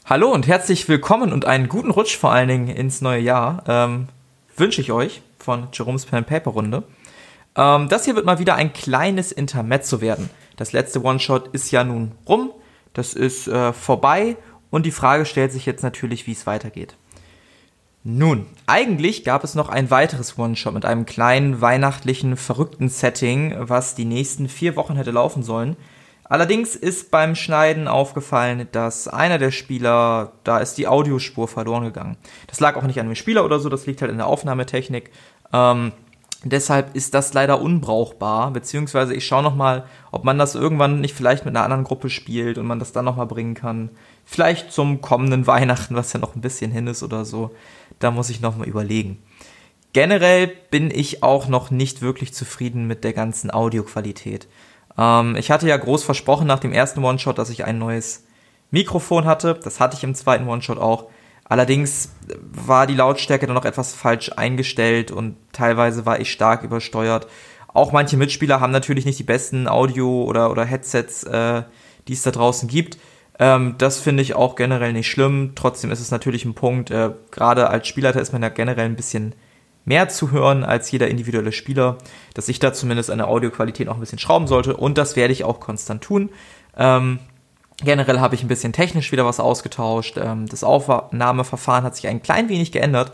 Hallo und herzlich willkommen und einen guten Rutsch vor allen Dingen ins neue Jahr wünsche ich euch von Jerome's Pen Paper Runde. Das hier wird mal wieder ein kleines Intermezzo werden. Das letzte One-Shot ist ja nun rum, das ist vorbei und die Frage stellt sich jetzt natürlich, wie es weitergeht. Nun, eigentlich gab es noch ein weiteres One-Shot mit einem kleinen, weihnachtlichen, verrückten Setting, was die nächsten 4 Wochen hätte laufen sollen. Allerdings ist beim Schneiden aufgefallen, dass einer der Spieler, da ist die Audiospur verloren gegangen. Das lag auch nicht an dem Spieler oder so, das liegt halt in der Aufnahmetechnik. Deshalb ist das leider unbrauchbar, beziehungsweise ich schaue nochmal, ob man das irgendwann nicht vielleicht mit einer anderen Gruppe spielt und man das dann nochmal bringen kann. Vielleicht zum kommenden Weihnachten, was ja noch ein bisschen hin ist oder so. Da muss ich nochmal überlegen. Generell bin ich auch noch nicht wirklich zufrieden mit der ganzen Audioqualität. Ich hatte ja groß versprochen nach dem ersten One-Shot, dass ich ein neues Mikrofon hatte. Das hatte ich im zweiten One-Shot auch. Allerdings war die Lautstärke dann noch etwas falsch eingestellt und teilweise war ich stark übersteuert. Auch manche Mitspieler haben natürlich nicht die besten Audio- oder Headsets, die es da draußen gibt. Das finde ich auch generell nicht schlimm. Trotzdem ist es natürlich ein Punkt. Gerade als Spielleiter ist man ja generell ein bisschen mehr zu hören als jeder individuelle Spieler, dass ich da zumindest an der Audioqualität noch ein bisschen schrauben sollte und das werde ich auch konstant tun. Generell habe ich ein bisschen technisch wieder was ausgetauscht. Das Aufnahmeverfahren hat sich ein klein wenig geändert,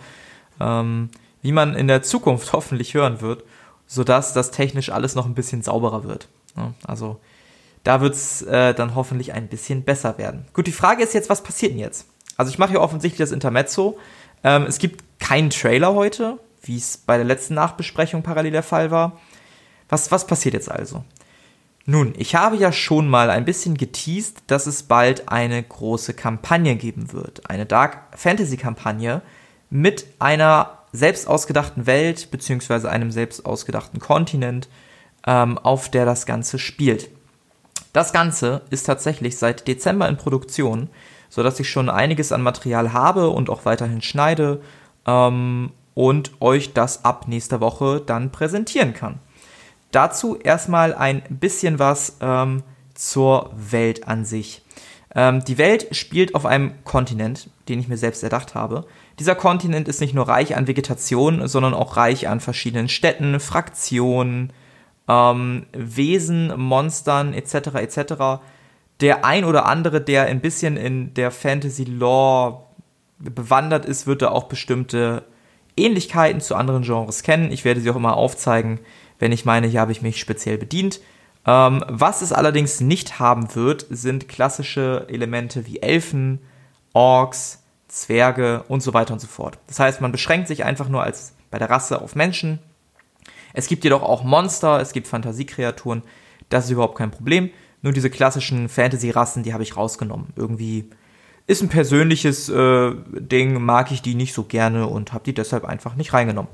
wie man in der Zukunft hoffentlich hören wird, sodass das technisch alles noch ein bisschen sauberer wird. Also da wird es dann hoffentlich ein bisschen besser werden. Gut, die Frage ist jetzt, was passiert denn jetzt? Also ich mache hier offensichtlich das Intermezzo. Es gibt keinen Trailer heute, wie es bei der letzten Nachbesprechung parallel der Fall war. Was passiert jetzt also? Nun, ich habe ja schon mal ein bisschen geteased, dass es bald eine große Kampagne geben wird. Eine Dark-Fantasy-Kampagne mit einer selbst ausgedachten Welt bzw. einem selbst ausgedachten Kontinent, auf der das Ganze spielt. Das Ganze ist tatsächlich seit Dezember in Produktion, sodass ich schon einiges an Material habe und auch weiterhin schneide, und euch das ab nächster Woche dann präsentieren kann. Dazu erstmal ein bisschen was zur Welt an sich. Die Welt spielt auf einem Kontinent, den ich mir selbst erdacht habe. Dieser Kontinent ist nicht nur reich an Vegetation, sondern auch reich an verschiedenen Städten, Fraktionen, Wesen, Monstern etc. etc. Der ein oder andere, der ein bisschen in der Fantasy-Lore bewandert ist, wird da auch bestimmte Ähnlichkeiten zu anderen Genres kennen. Ich werde sie auch immer aufzeigen, wenn ich meine, hier habe ich mich speziell bedient. Was es allerdings nicht haben wird, sind klassische Elemente wie Elfen, Orks, Zwerge und so weiter und so fort. Das heißt, man beschränkt sich einfach nur als bei der Rasse auf Menschen. Es gibt jedoch auch Monster, es gibt Fantasiekreaturen, das ist überhaupt kein Problem. Nur diese klassischen Fantasy-Rassen, die habe ich rausgenommen. Irgendwie ist ein persönliches Ding, mag ich die nicht so gerne und habe die deshalb einfach nicht reingenommen.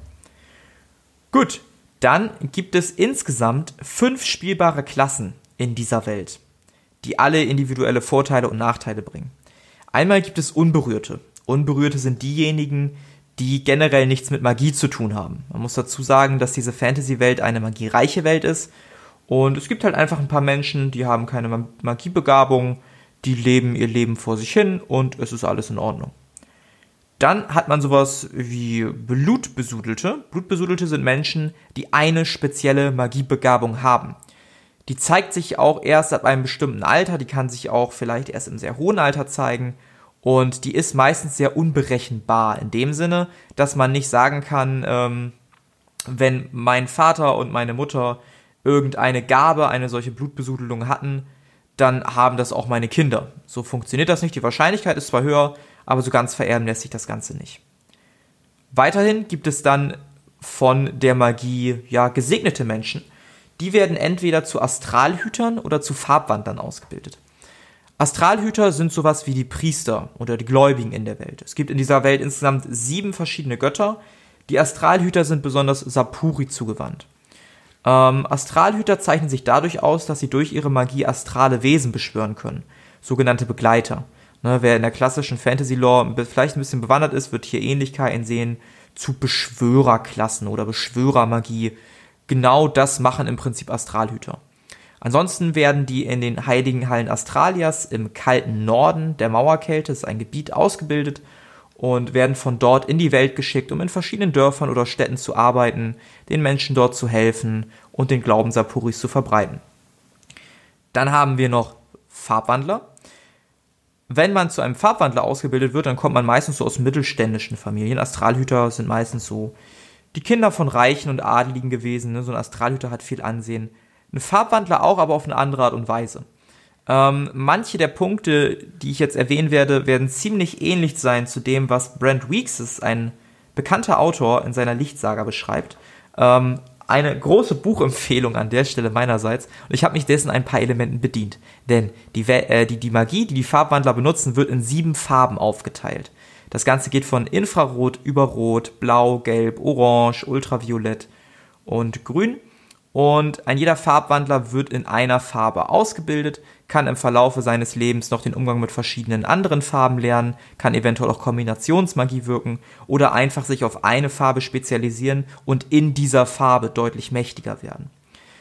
Gut, dann gibt es insgesamt 5 spielbare Klassen in dieser Welt, die alle individuelle Vorteile und Nachteile bringen. Einmal gibt es Unberührte. Unberührte sind diejenigen, die generell nichts mit Magie zu tun haben. Man muss dazu sagen, dass diese Fantasy-Welt eine magiereiche Welt ist und es gibt halt einfach ein paar Menschen, die haben keine Magiebegabung, die leben ihr Leben vor sich hin und es ist alles in Ordnung. Dann hat man sowas wie Blutbesudelte. Blutbesudelte sind Menschen, die eine spezielle Magiebegabung haben. Die zeigt sich auch erst ab einem bestimmten Alter, die kann sich auch vielleicht erst im sehr hohen Alter zeigen und die ist meistens sehr unberechenbar in dem Sinne, dass man nicht sagen kann, wenn mein Vater und meine Mutter irgendeine Gabe, eine solche Blutbesudelung hatten, dann haben das auch meine Kinder. So funktioniert das nicht. Die Wahrscheinlichkeit ist zwar höher, aber so ganz vererben lässt sich das Ganze nicht. Weiterhin gibt es dann von der Magie gesegnete Menschen. Die werden entweder zu Astralhütern oder zu Farbwandlern ausgebildet. Astralhüter sind sowas wie die Priester oder die Gläubigen in der Welt. Es gibt in dieser Welt insgesamt 7 verschiedene Götter. Die Astralhüter sind besonders Sapuri zugewandt. Astralhüter zeichnen sich dadurch aus, dass sie durch ihre Magie astrale Wesen beschwören können, sogenannte Begleiter. Wer in der klassischen Fantasy-Lore vielleicht ein bisschen bewandert ist, wird hier Ähnlichkeiten sehen zu Beschwörerklassen oder Beschwörermagie. Genau das machen im Prinzip Astralhüter. Ansonsten werden die in den heiligen Hallen Astralias im kalten Norden der Mauerkälte, das ist ein Gebiet, ausgebildet und werden von dort in die Welt geschickt, um in verschiedenen Dörfern oder Städten zu arbeiten, den Menschen dort zu helfen und den Glauben Sapuris zu verbreiten. Dann haben wir noch Farbwandler. Wenn man zu einem Farbwandler ausgebildet wird, dann kommt man meistens so aus mittelständischen Familien. Astralhüter sind meistens so die Kinder von Reichen und Adeligen gewesen. Ne? So ein Astralhüter hat viel Ansehen. Ein Farbwandler auch, aber auf eine andere Art und Weise. Manche der Punkte, die ich jetzt erwähnen werde, werden ziemlich ähnlich sein zu dem, was Brent Weeks, ein bekannter Autor, in seiner Lichtsaga beschreibt. Eine große Buchempfehlung an der Stelle meinerseits. Und ich habe mich dessen ein paar Elementen bedient. Denn die Magie, die Farbwandler benutzen, wird in 7 Farben aufgeteilt. Das Ganze geht von Infrarot über Rot, Blau, Gelb, Orange, Ultraviolett und Grün. Und ein jeder Farbwandler wird in einer Farbe ausgebildet, kann im Verlaufe seines Lebens noch den Umgang mit verschiedenen anderen Farben lernen, kann eventuell auch Kombinationsmagie wirken oder einfach sich auf eine Farbe spezialisieren und in dieser Farbe deutlich mächtiger werden.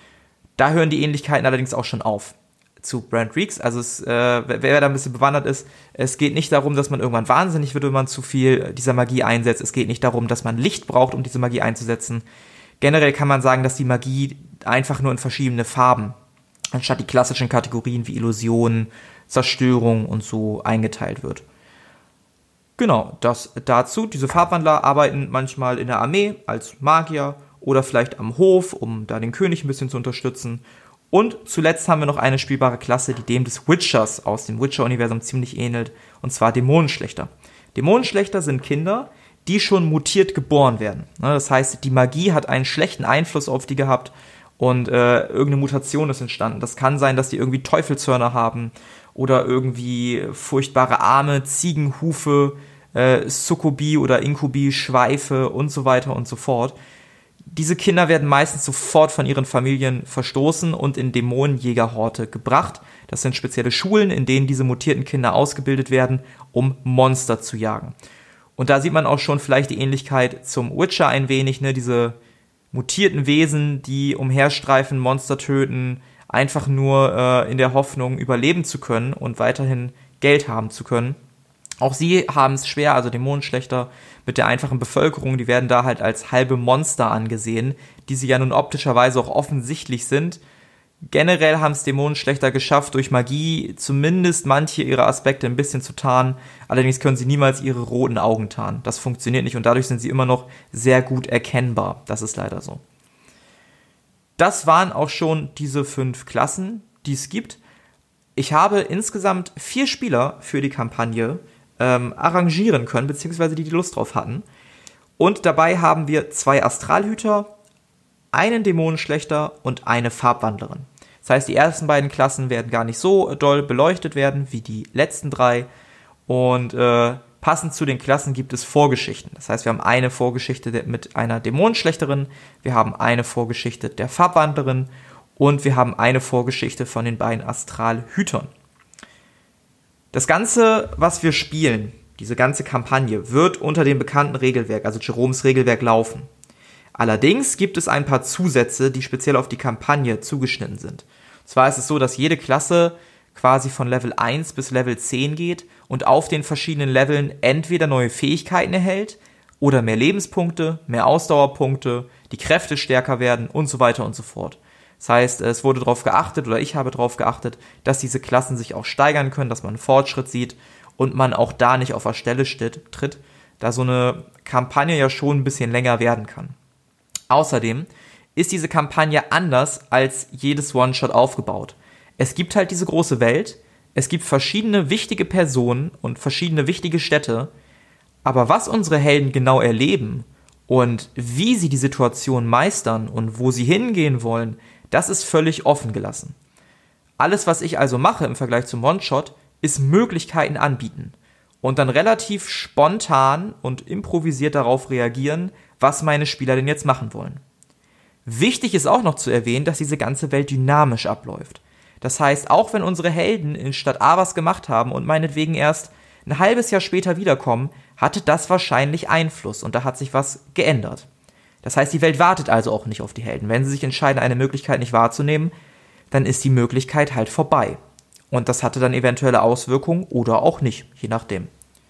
Da hören die Ähnlichkeiten allerdings auch schon auf zu Brent Weeks. Also wer da ein bisschen bewandert ist, es geht nicht darum, dass man irgendwann wahnsinnig wird, wenn man zu viel dieser Magie einsetzt. Es geht nicht darum, dass man Licht braucht, um diese Magie einzusetzen. Generell kann man sagen, dass die Magie einfach nur in verschiedene Farben, anstatt die klassischen Kategorien wie Illusion, Zerstörung und so eingeteilt wird. Genau, das dazu. Diese Farbwandler arbeiten manchmal in der Armee als Magier oder vielleicht am Hof, um da den König ein bisschen zu unterstützen. Und zuletzt haben wir noch eine spielbare Klasse, die dem des Witchers aus dem Witcher-Universum ziemlich ähnelt, und zwar Dämonenschlechter. Dämonenschlechter sind Kinder, die schon mutiert geboren werden. Das heißt, die Magie hat einen schlechten Einfluss auf die gehabt und irgendeine Mutation ist entstanden. Das kann sein, dass die irgendwie Teufelshörner haben oder irgendwie furchtbare Arme, Ziegenhufe, Sukkubi oder Inkubi, Schweife und so weiter und so fort. Diese Kinder werden meistens sofort von ihren Familien verstoßen und in Dämonenjägerhorte gebracht. Das sind spezielle Schulen, in denen diese mutierten Kinder ausgebildet werden, um Monster zu jagen. Und da sieht man auch schon vielleicht die Ähnlichkeit zum Witcher ein wenig, ne? Diese mutierten Wesen, die umherstreifen, Monster töten, einfach nur in der Hoffnung, überleben zu können und weiterhin Geld haben zu können. Auch sie haben es schwer, also Dämonenschlechter mit der einfachen Bevölkerung, die werden da halt als halbe Monster angesehen, die sie ja nun optischerweise auch offensichtlich sind. Generell haben es Dämonenschlechter geschafft, durch Magie zumindest manche ihrer Aspekte ein bisschen zu tarnen. Allerdings können sie niemals ihre roten Augen tarnen. Das funktioniert nicht und dadurch sind sie immer noch sehr gut erkennbar. Das ist leider so. Das waren auch schon diese 5 Klassen, die es gibt. Ich habe insgesamt 4 Spieler für die Kampagne arrangieren können, beziehungsweise die Lust drauf hatten. Und dabei haben wir 2 Astralhüter, einen Dämonenschlechter und eine Farbwandlerin. Das heißt, die ersten beiden Klassen werden gar nicht so doll beleuchtet werden wie die letzten 3. Und passend zu den Klassen gibt es Vorgeschichten. Das heißt, wir haben eine Vorgeschichte mit einer Dämonenschlechterin, wir haben eine Vorgeschichte der Farbwandlerin und wir haben eine Vorgeschichte von den beiden Astralhütern. Das Ganze, was wir spielen, diese ganze Kampagne, wird unter dem bekannten Regelwerk, also Jeroms Regelwerk, laufen. Allerdings gibt es ein paar Zusätze, die speziell auf die Kampagne zugeschnitten sind. Und zwar ist es so, dass jede Klasse quasi von Level 1 bis Level 10 geht und auf den verschiedenen Leveln entweder neue Fähigkeiten erhält oder mehr Lebenspunkte, mehr Ausdauerpunkte, die Kräfte stärker werden und so weiter und so fort. Das heißt, es wurde darauf geachtet, oder ich habe darauf geachtet, dass diese Klassen sich auch steigern können, dass man einen Fortschritt sieht und man auch da nicht auf der Stelle tritt, da so eine Kampagne ja schon ein bisschen länger werden kann. Außerdem ist diese Kampagne anders als jedes One-Shot aufgebaut. Es gibt halt diese große Welt, es gibt verschiedene wichtige Personen und verschiedene wichtige Städte, aber was unsere Helden genau erleben und wie sie die Situation meistern und wo sie hingehen wollen, das ist völlig offen gelassen. Alles, was ich also mache im Vergleich zum One-Shot, ist Möglichkeiten anbieten und dann relativ spontan und improvisiert darauf reagieren, was meine Spieler denn jetzt machen wollen. Wichtig ist auch noch zu erwähnen, dass diese ganze Welt dynamisch abläuft. Das heißt, auch wenn unsere Helden in Stadt A was gemacht haben und meinetwegen erst ein halbes Jahr später wiederkommen, hatte das wahrscheinlich Einfluss und da hat sich was geändert. Das heißt, die Welt wartet also auch nicht auf die Helden. Wenn sie sich entscheiden, eine Möglichkeit nicht wahrzunehmen, dann ist die Möglichkeit halt vorbei. Und das hatte dann eventuelle Auswirkungen oder auch nicht, je nachdem.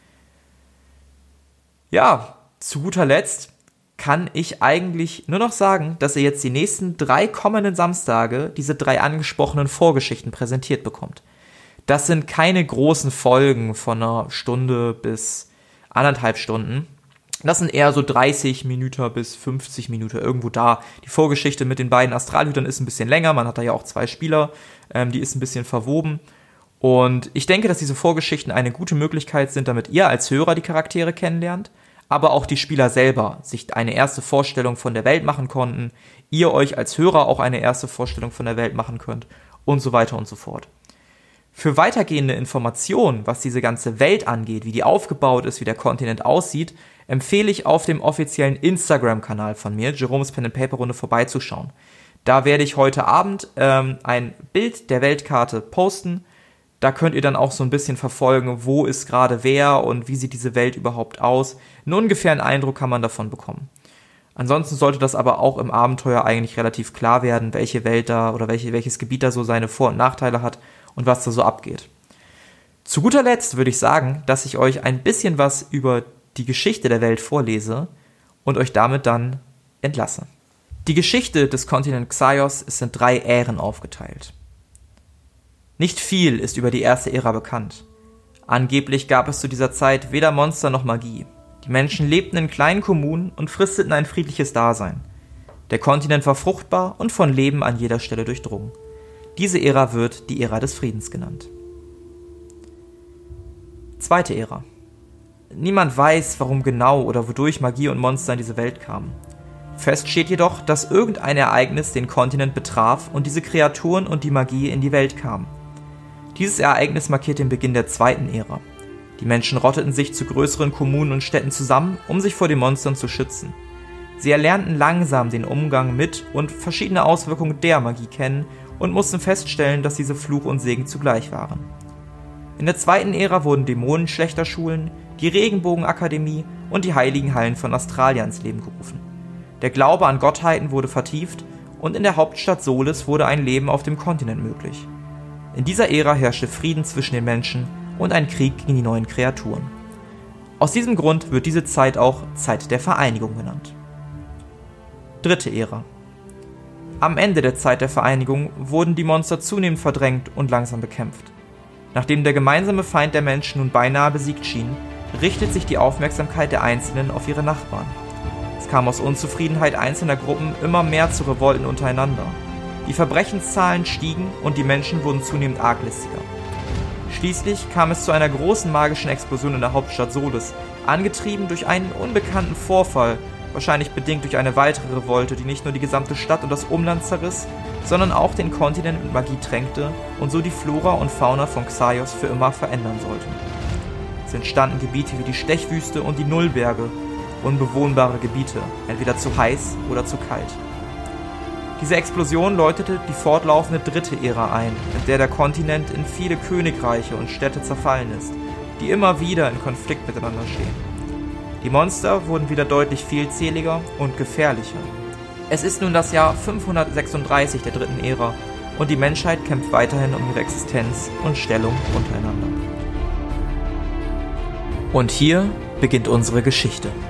Ja, zu guter Letzt kann ich eigentlich nur noch sagen, dass ihr jetzt die nächsten 3 kommenden Samstage diese 3 angesprochenen Vorgeschichten präsentiert bekommt. Das sind keine großen Folgen von einer Stunde bis 1,5 Stunden. Das sind eher so 30 Minuten bis 50 Minuten irgendwo da. Die Vorgeschichte mit den beiden Astralhütern ist ein bisschen länger. Man hat da ja auch 2 Spieler. Die ist ein bisschen verwoben. Und ich denke, dass diese Vorgeschichten eine gute Möglichkeit sind, damit ihr als Hörer die Charaktere kennenlernt, aber auch die Spieler selber sich eine erste Vorstellung von der Welt machen konnten, ihr euch als Hörer auch eine erste Vorstellung von der Welt machen könnt und so weiter und so fort. Für weitergehende Informationen, was diese ganze Welt angeht, wie die aufgebaut ist, wie der Kontinent aussieht, empfehle ich auf dem offiziellen Instagram-Kanal von mir, Jerome's Pen & Paper Runde, vorbeizuschauen. Da werde ich heute Abend ein Bild der Weltkarte posten. Da könnt ihr dann auch so ein bisschen verfolgen, wo ist gerade wer und wie sieht diese Welt überhaupt aus. Einen ungefähren Eindruck kann man davon bekommen. Ansonsten sollte das aber auch im Abenteuer eigentlich relativ klar werden, welche Welt da oder welches Gebiet da so seine Vor- und Nachteile hat und was da so abgeht. Zu guter Letzt würde ich sagen, dass ich euch ein bisschen was über die Geschichte der Welt vorlese und euch damit dann entlasse. Die Geschichte des Kontinents Xaios ist in 3 Ähren aufgeteilt. Nicht viel ist über die erste Ära bekannt. Angeblich gab es zu dieser Zeit weder Monster noch Magie. Die Menschen lebten in kleinen Kommunen und fristeten ein friedliches Dasein. Der Kontinent war fruchtbar und von Leben an jeder Stelle durchdrungen. Diese Ära wird die Ära des Friedens genannt. Zweite Ära. Niemand weiß, warum genau oder wodurch Magie und Monster in diese Welt kamen. Fest steht jedoch, dass irgendein Ereignis den Kontinent betraf und diese Kreaturen und die Magie in die Welt kamen. Dieses Ereignis markiert den Beginn der zweiten Ära. Die Menschen rotteten sich zu größeren Kommunen und Städten zusammen, um sich vor den Monstern zu schützen. Sie erlernten langsam den Umgang mit und verschiedene Auswirkungen der Magie kennen und mussten feststellen, dass diese Fluch und Segen zugleich waren. In der zweiten Ära wurden Dämonenschlechterschulen, die Regenbogenakademie und die heiligen Hallen von Australia ins Leben gerufen. Der Glaube an Gottheiten wurde vertieft und in der Hauptstadt Solis wurde ein Leben auf dem Kontinent möglich. In dieser Ära herrschte Frieden zwischen den Menschen und ein Krieg gegen die neuen Kreaturen. Aus diesem Grund wird diese Zeit auch Zeit der Vereinigung genannt. Dritte Ära. Am Ende der Zeit der Vereinigung wurden die Monster zunehmend verdrängt und langsam bekämpft. Nachdem der gemeinsame Feind der Menschen nun beinahe besiegt schien, richtet sich die Aufmerksamkeit der Einzelnen auf ihre Nachbarn. Es kam aus Unzufriedenheit einzelner Gruppen immer mehr zu Revolten untereinander. Die Verbrechenszahlen stiegen und die Menschen wurden zunehmend arglistiger. Schließlich kam es zu einer großen magischen Explosion in der Hauptstadt Solis, angetrieben durch einen unbekannten Vorfall, wahrscheinlich bedingt durch eine weitere Revolte, die nicht nur die gesamte Stadt und das Umland zerriss, sondern auch den Kontinent mit Magie tränkte und so die Flora und Fauna von Xaios für immer verändern sollte. Es entstanden Gebiete wie die Stechwüste und die Nullberge, unbewohnbare Gebiete, entweder zu heiß oder zu kalt. Diese Explosion läutete die fortlaufende dritte Ära ein, in der der Kontinent in viele Königreiche und Städte zerfallen ist, die immer wieder in Konflikt miteinander stehen. Die Monster wurden wieder deutlich vielzähliger und gefährlicher. Es ist nun das Jahr 536 der dritten Ära und die Menschheit kämpft weiterhin um ihre Existenz und Stellung untereinander. Und hier beginnt unsere Geschichte.